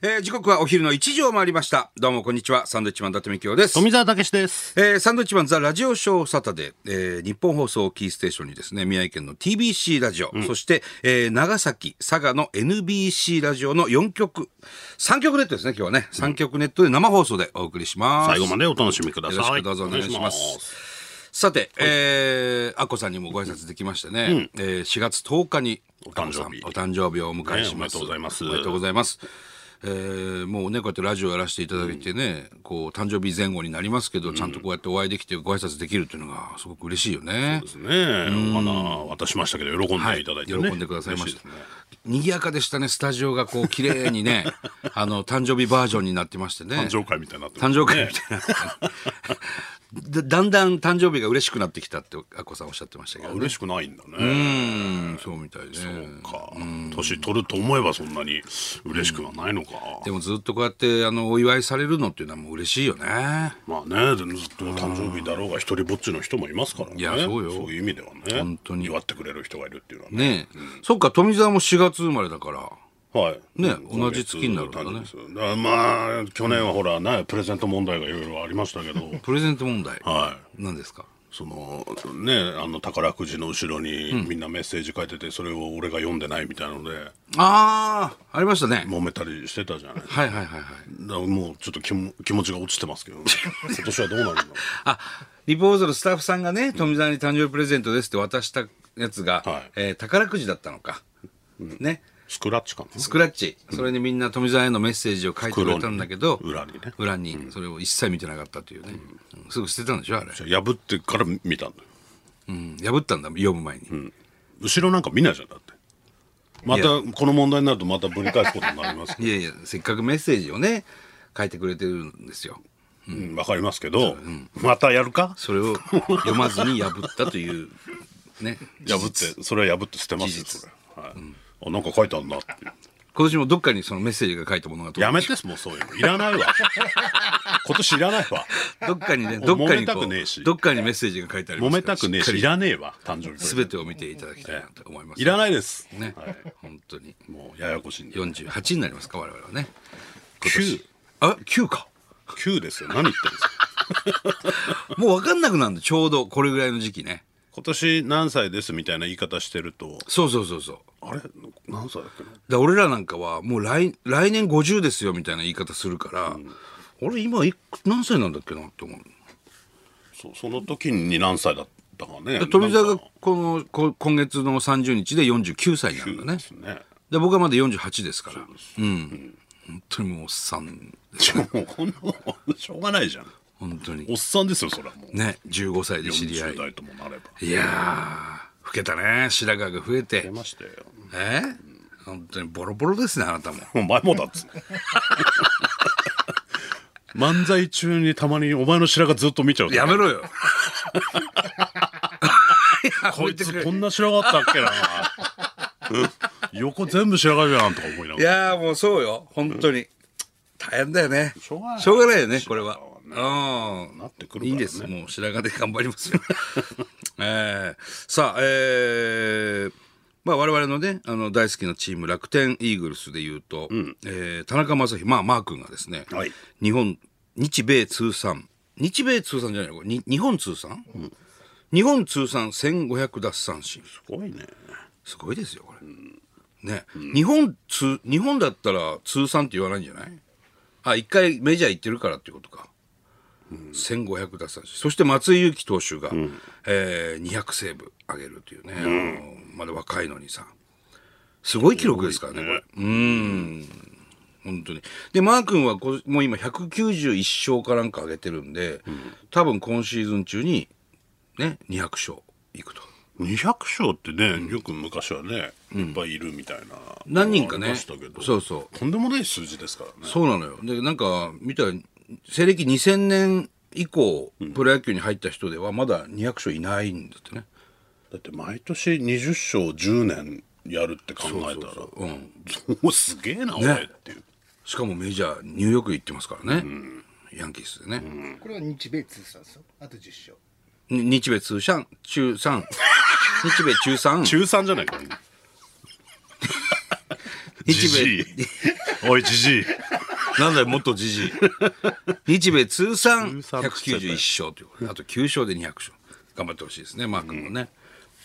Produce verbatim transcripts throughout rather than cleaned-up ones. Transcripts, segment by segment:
えー、時刻はお昼のいちじを回りました。どうもこんにちは。サンドウィッチマン伊達美京です。 富澤たけしです。 えー、サンドウィッチマンザラジオショーサタデー、えー、日本放送キーステーションにですね、宮城県の ティービーシー ラジオ、うん、そして、えー、長崎佐賀の エヌビーシー ラジオのよんきょくさんきょくネットですね。今日はね、さんきょくネットで生放送でお送りします。 最後までお楽しみください。 よろしくどうぞお願いします。さて、えー、アッコさんにもご挨拶できましてね、うん、えー、しがつとおかにお誕生日お誕生日をお迎えします、 ね、おめでとうございます。 おめでとうございます。えー、もうねこうやってラジオやらせていただいてね、うん、こう誕生日前後になりますけど、うん、ちゃんとこうやってお会いできてご挨拶できるっていうのがすごく嬉しいよね。 そうですね、うん、お花渡しましたけど喜んでいただいて、ね、 はい、喜んでくださいました。ね、賑やかでしたね。スタジオがこう綺麗にねあの誕生日バージョンになってましてね、 誕生会みたいになってますね。誕生会みたいになってだ, だんだん誕生日が嬉しくなってきたってアッコさんおっしゃってましたけど、ね、 嬉しくないんだね。 うーん、そうみたいね。 そうか、年取ると思えばそんなに嬉しくはないのか。 でもずっとこうやってあのお祝いされるのっていうのはもう嬉しいよね。 まあね、ずっと誕生日だろうが一人ぼっちの人もいますからね。 いやそうよ。 そういう意味ではね、 本当に祝ってくれる人がいるっていうのはね。 ねえ、うん、そっか、富澤もしがつ生まれだからはいね、同じ月になるからね。 だからまあ去年はほらね、プレゼント問題がいろいろありましたけどプレゼント問題、 はい、 何ですか。 そのね、あの宝くじの後ろにみんなメッセージ書いてて、それを俺が読んでないみたいなので、うん、 ああありましたね。 揉めたりしてたじゃない。 はいはいはいはい。 だからもうちょっと気も気持ちが落ちてますけど、ね、今年はどうなるんだろうあ、リポートのスタッフさんがね、富澤に誕生日プレゼントですって渡したやつが、はい、えー、宝くじだったのか、うん、ね、 スクラッチかな。 スクラッチ、それにみんな富澤へのメッセージを書いてくれたんだけど、 裏にね、 裏にそれを一切見てなかったというね、うん、すぐ捨てたんでしょあれ。 破ってから見たんだよ、 うん、破ったんだ読む前に、うん、 後ろなんか見ないじゃん。だってまたこの問題になるとまたぶり返すことになりますけどいやいや、せっかくメッセージをね書いてくれてるんですよ。 うん、わかりますけど、うん、またやるか。 それを読まずに破ったというね破ってそれは破って捨てますよそれ、はい、うん、あ、なんか書いてあるなって。 今年もどっかにそのメッセージが書いたものがやめて、もうそういうのいらないわ今年いらないわ。 どっかにね、どっかにこう揉めたくねえし、 どっかにメッセージが書いてありますから、 揉めたくねえし、いらねえわ。誕生日すべてを見ていただきたいなと思います、 ね、いらないですね、はい、本当にもうややこしいんで。 よんじゅうはちになりますか我々はね。 きゅう、 あ、きゅうか。 きゅうですよ。何言ってるんですかもう分かんなくなるんで、ちょうどこれぐらいの時期ね。 今年何歳ですみたいな言い方してると、 そうそうそうそう、 あれ何歳だっけな。 だ俺らなんかはもう 来, 来年ごじゅうですよみたいな言い方するから、うん、俺今何歳なんだっけなって思う。 そ, その時に何歳だったかね。 富澤がこのこ今月のさんじゅうにちでよんじゅうきゅうさいになるんだね。 ですね。 で僕はまだよんじゅうはちですから。う、うんうん、本当にもうおっさん、 もうこんなしょうがないじゃん。本当におっさんですよそれはもうね。じゅうごさいで知り合い、 よんじゅう代ともなれば。 いやー老けたね。白髪が増えて増えましたよ。 えー、うん、本当にボロボロですねあなたも。 お前もだっつ漫才中にたまにお前の白髪ずっと見ちゃう。 やめろよこいつこんな白髪あったっけな横全部白髪じゃんとか思いながら。 いやーもうそうよ本当に、うん、大変だよね。 しょうがない、 しょうがないよねこれは。 うん、なってくるからね。 いいです、もう白髪で頑張りますよ、えー、さあ、えーまあ、我々のねあの大好きなチーム楽天イーグルスでいうと、うん、えー、田中将大、まあ、マー君がですね、はい、日本日米通算日米通算じゃないこれに日本通算、うん、日本通算せんごひゃく奪三振。 すごいね。 すごいですよこれ、うん、ね、うん、日本通日本だったら通算って言わないんじゃない。あ、一回メジャー行ってるからっていうことか。うん、せんごひゃく奪三振。そして松井裕樹投手が、うん、えー、にひゃくセーブ上げるというね、うん、あのまだ若いのにさすごい記録ですからねこれ。うん本当に。でマー君はこもう今ひゃくきゅうじゅういっしょうかなんか上げてるんで、うん、多分今シーズン中にねにひゃくしょういくと。 にひゃくしょうってね、うん、よく昔はね、うん、いっぱいいるみたいな何人かね。そうそう、 とんでもない数字ですからね。 そうなのよ。でなんか見たら西暦にせんねん以降、うん、プロ野球に入った人ではまだにひゃくしょういないんだってね。 だって毎年にじゅっしょうじゅうねんやるって考えたらもうすげえな、ね、俺っていう。 しかもメジャーニューヨーク行ってますからね、うん、ヤンキースでね、うん、 これは日米通算ですよ。あとじゅっしょう。 日米通算中さん日米中さん中さんじゃないか日米おいじじいなんだよもっとじじい。日米通算通算ひゃくきゅうじゅういっ勝ということで、あときゅう勝でにひゃく勝頑張ってほしいですね、マー君もね。うん、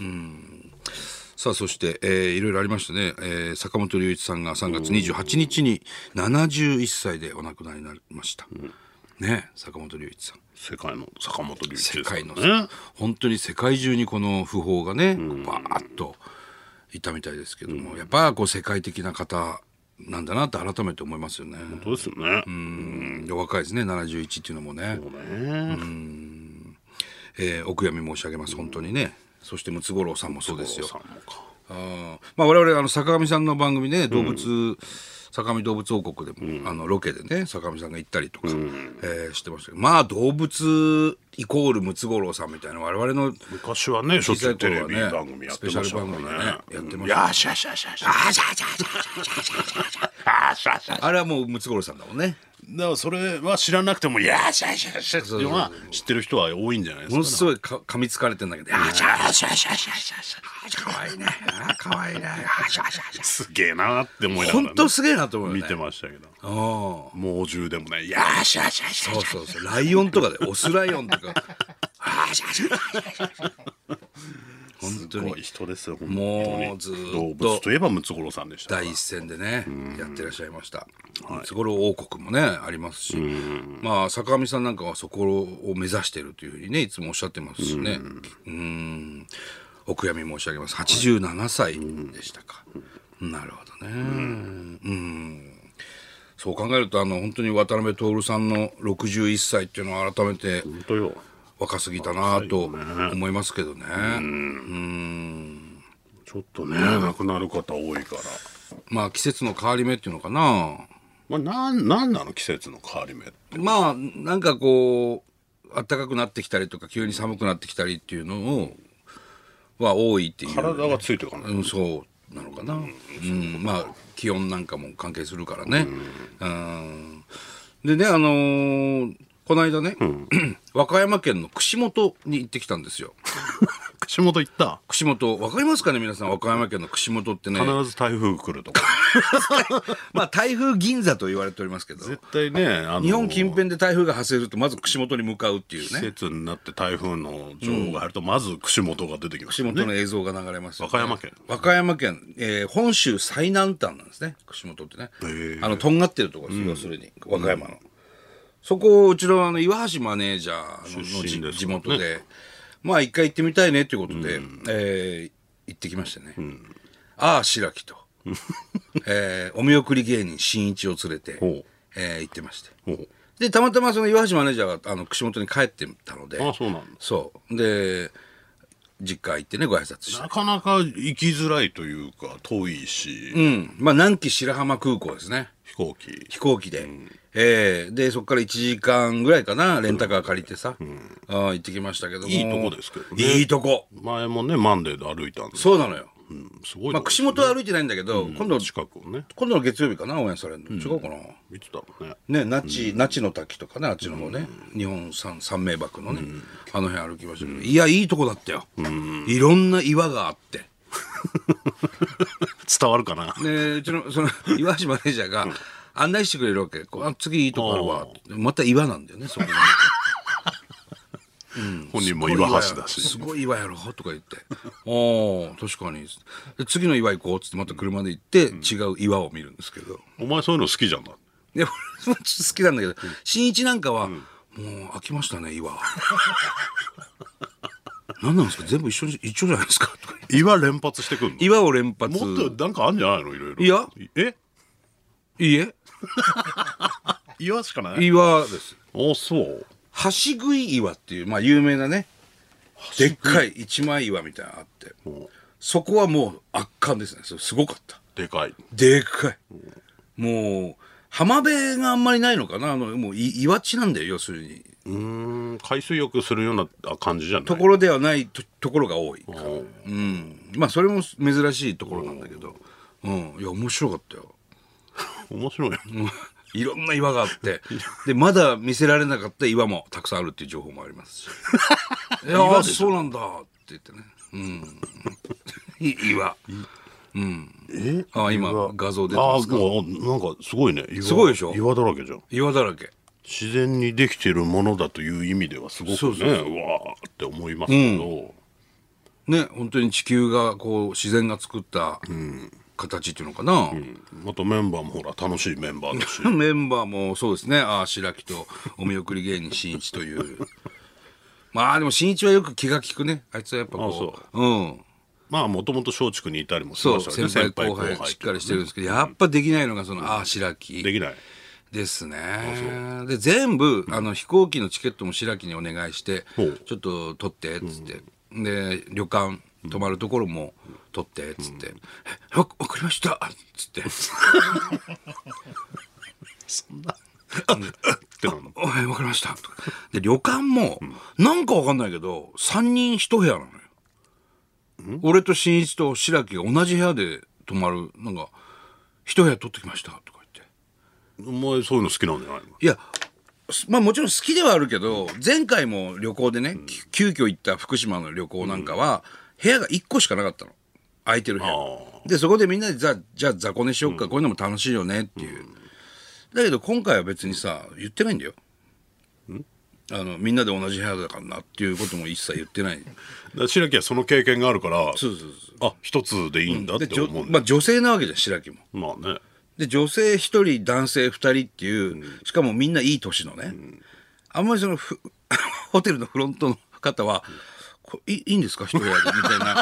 さあそして、えー、いろいろありましたね、えー、坂本龍一さんがさんがつにじゅうはちにちにななじゅういっさいでお亡くなりになりました、うん、ね、坂本龍一さん、 世界の坂本龍一世界の、 ね、 本当に世界中にこの訃報がね、うん、バーッといたみたいですけども、うん、やっぱこう世界的な方なんだなって改めて思いますよね。 本当ですよね。 うん、うん、若いですね、ななじゅういちっていうのもね。 そうね、 うん、えー、お悔やみ申し上げます、本当にね。そしてムツゴロウさんもそうですよ。あ、まあ、我々あの坂上さんの番組ね、動物、うん、坂上動物王国でも、うん、あのロケでね坂上さんが行ったりとか、うん、えー、してましたけど、まあ動物イコールムツゴロウさんみたいな我々の昔はねしょっちゅうテレビ番組やってましたからね。スペシャル番組でねやってました。 やしゃしゃしゃしゃしゃしゃしゃしゃしゃしゃ、あれはもうムツゴロウさんだもんね。 だからそれは知らなくても「やーしゃしゃしゃ」っていうのは知ってる人は多いんじゃないですか。 ものすごいか噛みつかれてんだけど「やーしゃしゃしゃしゃしゃしゃ」かわいいね、かわいいね、 すげえなって思いながら、ね、 本当すげえなと思うよね。 見てましたけど、 あ猛獣でもね「やーしゃしゃしゃ」 そうそうそう、ライオンとかでオスライオンとか「あーしゃしゃしゃしゃ」本当にすごい人ですよ。 もうずっと動物といえばムツゴロウさんでした。 第一線でねやってらっしゃいました。ムツゴロウ王国もねありますし、まあ坂上さんなんかはそこを目指しているというふうにねいつもおっしゃってますしね。うん、お悔やみ申し上げます。はちじゅうななさいでしたか。なるほどね。うん、そう考えるとあの本当に渡辺徹さんのろくじゅういっさいっていうのは改めて本当よ若すぎたなと思いますけどね。うん、 ちょっとね亡くなる方多いから、 まあ季節の変わり目っていうのかな。 まあなんなんなの季節の変わり目って。 まあなんかこう暖かくなってきたりとか急に寒くなってきたりっていうのをは多いっていう。 体がついていかない、 うん、そうなのかな。うん、うん、まあ気温なんかも関係するからね。うん、うんでねあのーこの間ね、うん、和歌山県の串本に行ってきたんですよ。 串本行った。 串本わかりますかね皆さん。和歌山県の串本ってね必ず台風来るとかまあ台風銀座と言われておりますけど絶対ね、あのー、 日本近辺で台風が発生するとまず串本に向かうっていうね。 季節になって台風の情報が入ると、うん、まず串本が出てきます、ね、 串本の映像が流れます、ね、 和歌山県和歌山県、えー、本州最南端なんですね串本ってね。あのとんがってるところです、うん、要するに和歌山の、うん、そこをうちのあの岩橋マネージャーの地元で、まあ一回行ってみたいねということで、うん、えー、行ってきましてね、うん、ああ白木と、えー、お見送り芸人新一を連れて、えー、行ってまして、でたまたまその岩橋マネージャーがあの串本に帰ってたので、 ああそうなんだ。 そうで実家行ってねご挨拶して、 なかなか行きづらいというか遠いし、 うん、まあ南紀白浜空港ですね。 飛行機飛行機で、うん、えー、でそこからいちじかんぐらいかなレンタカー借りてさ、うん、あ行ってきましたけどもいいとこですけどね。 いいとこ。 前もねマンデーで歩いたんで。 そうなのよ、 うん、すごい、ね、 まあ、串本は歩いてないんだけど、うん、今度近くをね今度の月曜日かな応援されるの、うん、違うかな。 見てたもんね。 ね那智、うん、那智の滝とかねあっちの方ね、うん、日本三三名瀑のね、うん、あの辺歩きましたけど、うん、いやいいとこだったよ、うん、いろんな岩があって伝わるかな。 ねうちのその岩橋マネージャーが案内してくれるわけ。こう次いいとこあるわまた岩なんだよねそこにねうん、 本人も岩橋だしすごい岩やろとか言ってああ確かにで次の岩行こうっつってまた車で行って、うん、違う岩を見るんですけど、 お前そういうの好きじゃんだ。 いや俺も好きなんだけど、うん、新一なんかは、うん、もう飽きましたね岩何なんですか全部一緒に一緒じゃないですかとか岩連発してくるの。 岩を連発もっとなんかあるんじゃないのいろいろ。 いやえいいえ岩しかない。 岩です。 あそう橋食い岩っていう、まあ、有名なねでっかい一枚岩みたいなのがあって、そこはもう圧巻ですね。すごかった。 でかいでかい、もう浜辺があんまりないのかな。あのもう岩地なんだよ要するに。 うーん海水浴するような感じじゃないところではない と, ところが多いから、うん、まあそれも珍しいところなんだけど、うん、いや面白かったよ面白いよいろんな岩があってでまだ見せられなかった岩もたくさんあるっていう情報もありますしいやそうなんだって言ってね、うん、岩、うんえあ今岩画像出てあますか。 もうなんかすごいね。岩すごいでしょ岩だらけじゃん。 岩だらけ。 自然にできているものだという意味ではすごくねそうそうそううわーって思いますけど、 ね、本当に地球がこう自然が作った形っていうのかな、 またメンバーもほら楽しいメンバーだしメンバーもそうですね。ああ白木とお見送り芸人しんいちというまあでもしんいちはよく気が利くね。あいつはやっぱこううんまあもともと松竹にいたりもしそうましたよ先ね。 輩後輩しっかりしてるんですけど、やっぱできないのがそのああ白木できない。 ですね。で全部あの飛行機のチケットも白木にお願いしてほうちょっと取ってっつって、で旅館泊まるところも取ってっつって「えわわかりました」っつってそんなってなの 「おいわかりました」とかで旅館もなんかわかんないけどさんにんいち部屋なのよ。俺と新一と白木が同じ部屋で泊まるなんか一部屋取ってきましたとか言って。 お前そういうの好きなんじゃないの？ いやまあもちろん好きではあるけど前回も旅行でね、き急遽行った福島の旅行なんかは部屋がいっこしかなかったの。空いてる部屋でそこでみんなでじゃあじゃあ雑魚寝しよっか、こういうのも楽しいよねっていう。だけど今回は別にさ言ってないんだよ。あのみんなで同じ部屋だからなっていうことも一切言ってない。 だから白木はその経験があるからそうそうそうあ一つでいいんだっでじょて思うんだ。 まあ女性なわけじゃん白木も。 まあねで女性一人男性二人っていう、しかもみんないい年のね、あんまりそのふホテルのフロントの方はこいいいんですか一部屋でみたいな、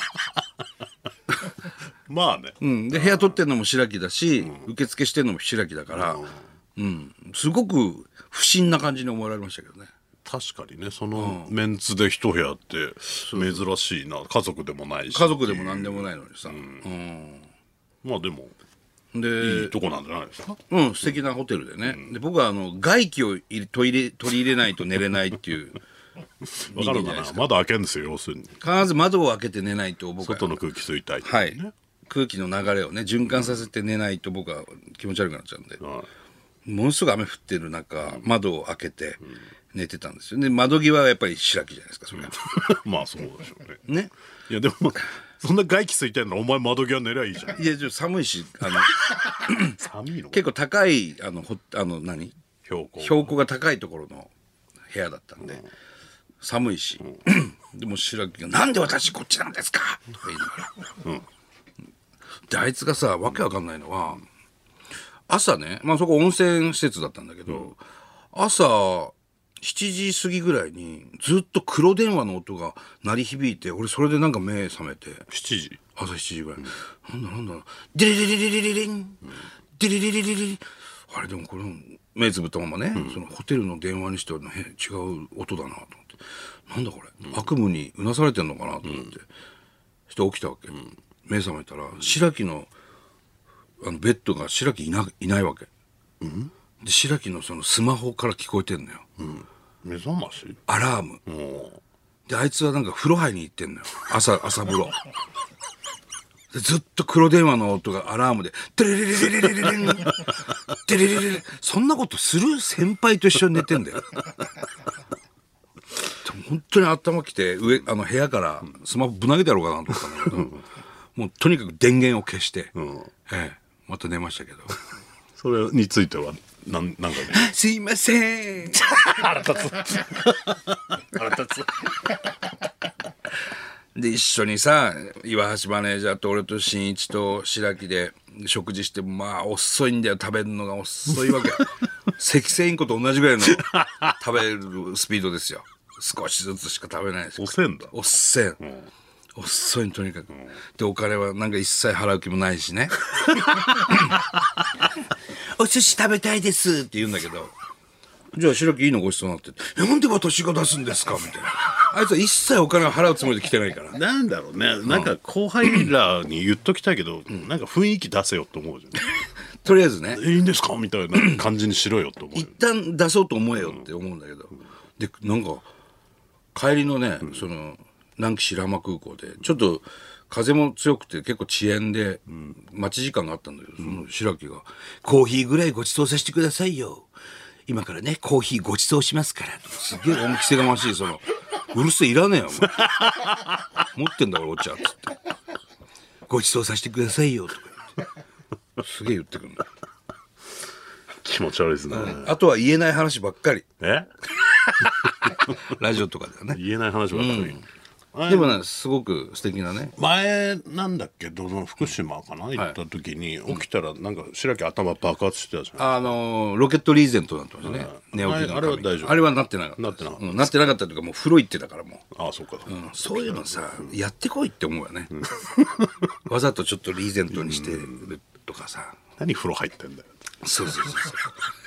まあね、 うん、で部屋取ってんのも白木だし、受付してんのも白木だから、うんすごく不審な感じに思われましたけどね。 確かにねそのメンツで一部屋って珍しいな。家族でもないし家族でも何でもないのにさ、うんまあでもでいいとこなんじゃないですか。 うん素敵なホテルでね、で僕はあの外気を入れ取り入れ取り入れないと寝れないっていうわかるかな。窓開けるんですよ要するに。 必ず窓を開けて寝ないと僕は外の空気吸いたいってね、 はい空気の流れをね循環させて寝ないと僕は気持ち悪くなっちゃうんで、 はいものすごい雨降ってる中窓を開けて寝てたんですよ。で窓際はやっぱり白木じゃないですかそれはまあそうでしょうね。 ね。 いやでもそんな外気吸いたいのお前窓際寝りゃいいじゃん。 いやちょっと寒いしあの寒いの結構高いあのほあの何標高標高が高いところの部屋だったんで、寒いし、でも白木が「なんで私こっちなんですか?」とか言いながら、であいつがさわけわかんないのは朝ね、まあそこ温泉施設だったんだけど、朝しちじ過ぎぐらいにずっと黒電話の音が鳴り響いて俺それでなんか目覚めてしちじ朝しちじぐらい、なんだなんだデレレレレレレレンデレレレレレレあれでもこれ目つぶったままね、そのホテルの電話にしては、ね、違う音だなと思ってなんだこれ、悪夢にうなされてんのかなと思って、そして起きたわけ、目覚めたら白木のあのベッドが白木いな、いないわけ、で白木のそのスマホから聞こえてんのよ、 目覚ましアラームであいつはなんか風呂入りに行ってんのよ朝朝風呂でずっと黒電話の音がアラームでテレレレレレレレレンテレレレレそんなことする先輩と一緒に寝てんだよ本当に頭きて上あの部屋からスマホぶん投げてやろうかなと思ったんだけどもうとにかく電源を消して、ええ、また寝ましたけどそれについてはなんなんかねすいません腹立つ腹立つで一緒にさ岩橋マネージャーと俺と新一と白木で食事してまあ遅いんだよ食べるのが遅いわけセキセイインコと同じぐらいの食べるスピードですよ。少しずつしか食べないです。 遅いんだ。 遅い、うん、遅いとにかく、うん、でお金はなんか一切払う気もないしねお寿司食べたいですって言うんだけどじゃあ白木いいのごちそうになってなんで私が出すんですかみたいなあいつは一切お金を払うつもりで来てないからなんだろうねなんか後輩らに言っときたいけど、うん、なんか雰囲気出せよって思うじゃんとりあえずねいいんですかみたいな感じにしろよって思う一旦出そうと思えよって思うんだけど、うん、でなんか帰りのね、うん、その南紀白浜空港でちょっと風も強くて結構遅延で待ち時間があったんだけど、うん、その白木が「コーヒーぐらいご馳走させてくださいよ今からねコーヒーご馳走しますから」すげえ恩着せがましいその「うるせえいらねえよ持ってんだからお茶」っつって「 ご馳走させてくださいよとか言ってすげえ言ってくるんだ。 気持ち悪いですね。 あとは言えない話ばっかり。 えラジオとかではね。 言えない話ばっかり。あれでもね、すごく素敵なね。 前なんだっけどの福島かな、行った時に起きたらなんか白木頭爆発してたじゃん。 あのーロケットリーゼントになってましたね。寝起きの髪あれあれは大丈夫あれはなってなかった。 なってなかったうんなってなかったというか、もう風呂行ってたからもう。 ああそうか、 うんそういうのさ、やってこいって思うよね。わざとちょっとリーゼントにしてるとかさ。 何風呂入ってんだよ。 そうそうそうそう。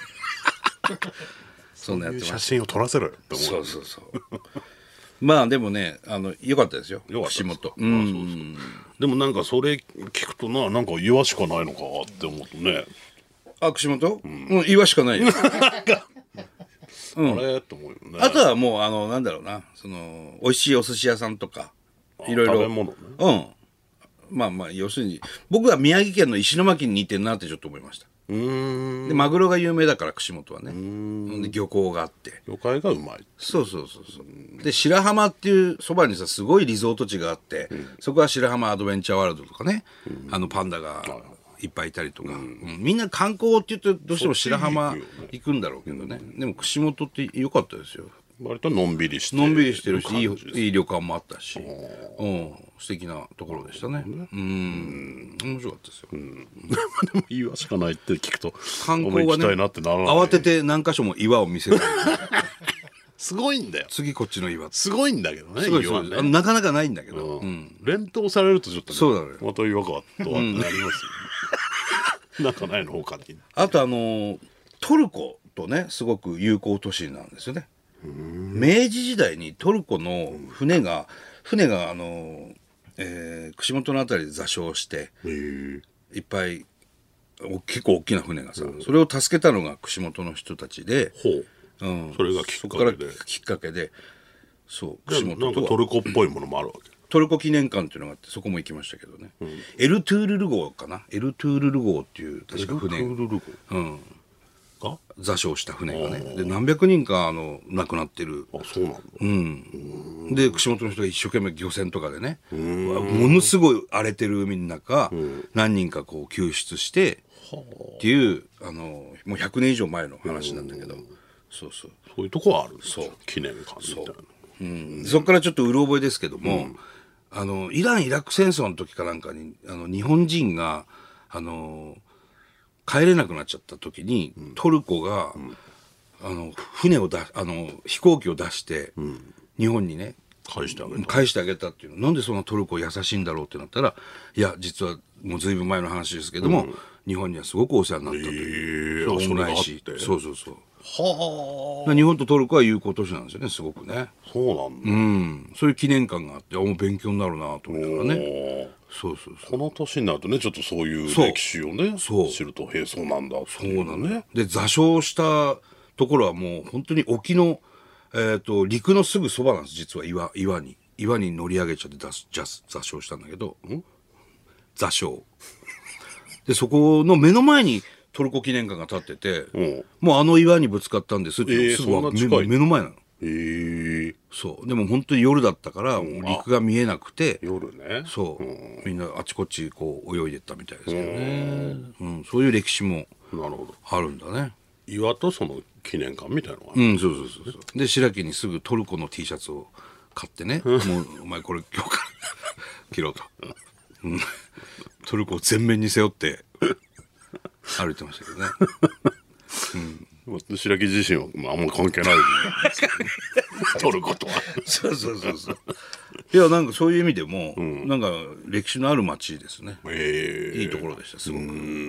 そんなやってま写す。 真を撮らせろよって思う。 そうそうそう。まあでもね、あの良かったですよ。 よかったです串本。うあそうそうんでもなんかそれ聞くとな、なんか岩しかないのかって思うとね、 あ、串本？うん、岩しかないよ。 あれって思うよね。 あとはもうあのなんだろうな、その美味しいお寿司屋さんとかいろいろ。 食べ物ね。 うん。まあまあ要するに僕は宮城県の石巻に似てるなってちょっと思いました。 うーん。 でマグロが有名だから串本はね。で漁港があって。 魚介がうまい。 そうそうそうそう。で白浜っていうそばにさすごいリゾート地があって、そこは白浜アドベンチャーワールドとかね、あのパンダがいっぱいいたりとか、うんみんな観光って言うとどうしても白浜そっち行くよね行くんだろうけどね。でも串本って良かったですよ。 割とのんびりしてのんびりしてるし、いい感じですいい旅館もあったし、うん素敵なところでしたね。うん面白かったですよ。 でも岩しかないって聞くと観光がねお前行きたいなってならない。 慌てて何箇所も岩を見せてすごいんだよ。 次こっちの岩すごいんだけどね。 すごいすご岩ねいあのなかなかないんだけど、 うん連投されるとちょっとね、 そうだねまた岩かとはってなりますよ、ねなんかないの他に。 あとあのートルコとねすごく友好都市なんですよね。明治時代にトルコの船が船があのーえー串本のあたりで座礁してへえ。 いっぱいお結構大きな船がさ、それを助けたのが串本の人たちで、 ほう。 うん、 それがきっかけでそこからきっかけでそうじゃあなんか串本とはトルコっぽいものもあるわけ。 トルコ記念館っていうのがあってそこも行きましたけどね、エルトゥールル号かなエルトゥールル号っていう確か船エルトゥールルうん、 が座礁した船がねで何百人かあの亡くなってるあ、そうなんだ。 うんで串本の人が一生懸命漁船とかでねものすごい荒れてる海の中何人かこう救出してっていうあのもうひゃくねん以上前の話なんだけどそうそうそういうとこはあるんですそうよ、記念館みたいな。 うんそこからちょっとうろ覚えですけども、あのイラン・イラク戦争の時かなんかにあの日本人があの帰れなくなっちゃった時に、トルコが、あの船をだあの飛行機を出して、日本にね返してあげる。 返してあげたっていうのなんでそんなトルコ優しいんだろうってなったらいや実はもうずいぶん前の話ですけども、日本にはすごくお世話になったという、 へえ、あ、それがあっして。 そうそうそうは日本とトルコは友好都市なんですよねすごくね。 あ、そうなんだ。 うん、そういう記念館があってあもう勉強になるなと思いながらねそうそうそうこの年になるとね、ちょっとそういうそう歴史をね、 そう知ると、へえ、そうなんだ。 そうなのねで座礁したところはもう本当に沖の、えー、と陸のすぐそばなんです実は岩岩に岩に乗り上げちゃって座座座礁したんだけど座礁でそこの目の前にトルコ記念館が建ってて、 うんもうあの岩にぶつかったんですっていうのえーすぐわそんな近い目目の前なの。 へえ、 そうでも本当に夜だったから、もう陸が見えなくて夜ね。 そう、みんなあちこちこう泳いでったみたいですけどね、うん、そういう歴史もなるほど。 あるんだね。 岩とその記念館みたいなのがある。 うんそうそうそうそうで白木にすぐトルコの T シャツを買ってね、もうお前これ今日から着ろと、うん、トルコを全面に背負って歩いてましたけどねまあ白木自身は、まあ、あんま関係ないトルコとは。 そうそうそうそういやなんかそういう意味でも、なんか歴史のある街ですね、 ええ、 いいところでしたすごく。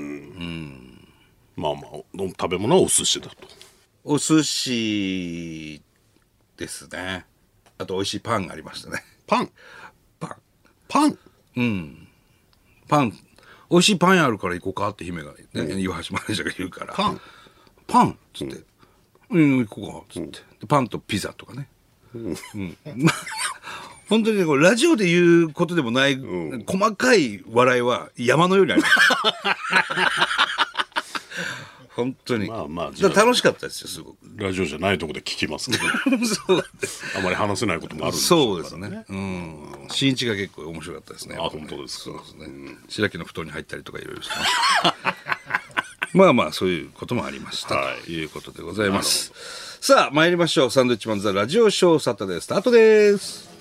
まあまあ食べ物はお寿司だと。 お寿司ですね。あと美味しいパンがありましたね。 パンパンパンパン美味しいパン屋あるから行こうかって姫がね、岩橋マネージャーが言うからパンパンっつってうん行こうかっつって、でパンとピザとかねうん本当にねこれラジオで言うことでもない、細かい笑いは山のようにあります本当に。 まあまあだから楽しかったですよすごく。 ラジオじゃないとこで聞きますけどそうあまり話せないこともあるんでしょそうからですね。うん。新一が結構面白かったですね。 あ本当ですか。 そうですね。白木の布団に入ったりとかいろいろしてましたまあまあそういうこともありました、 はいということでございます。さあ参りましょう。サンドウィッチマンザラジオショーサタデースタートです。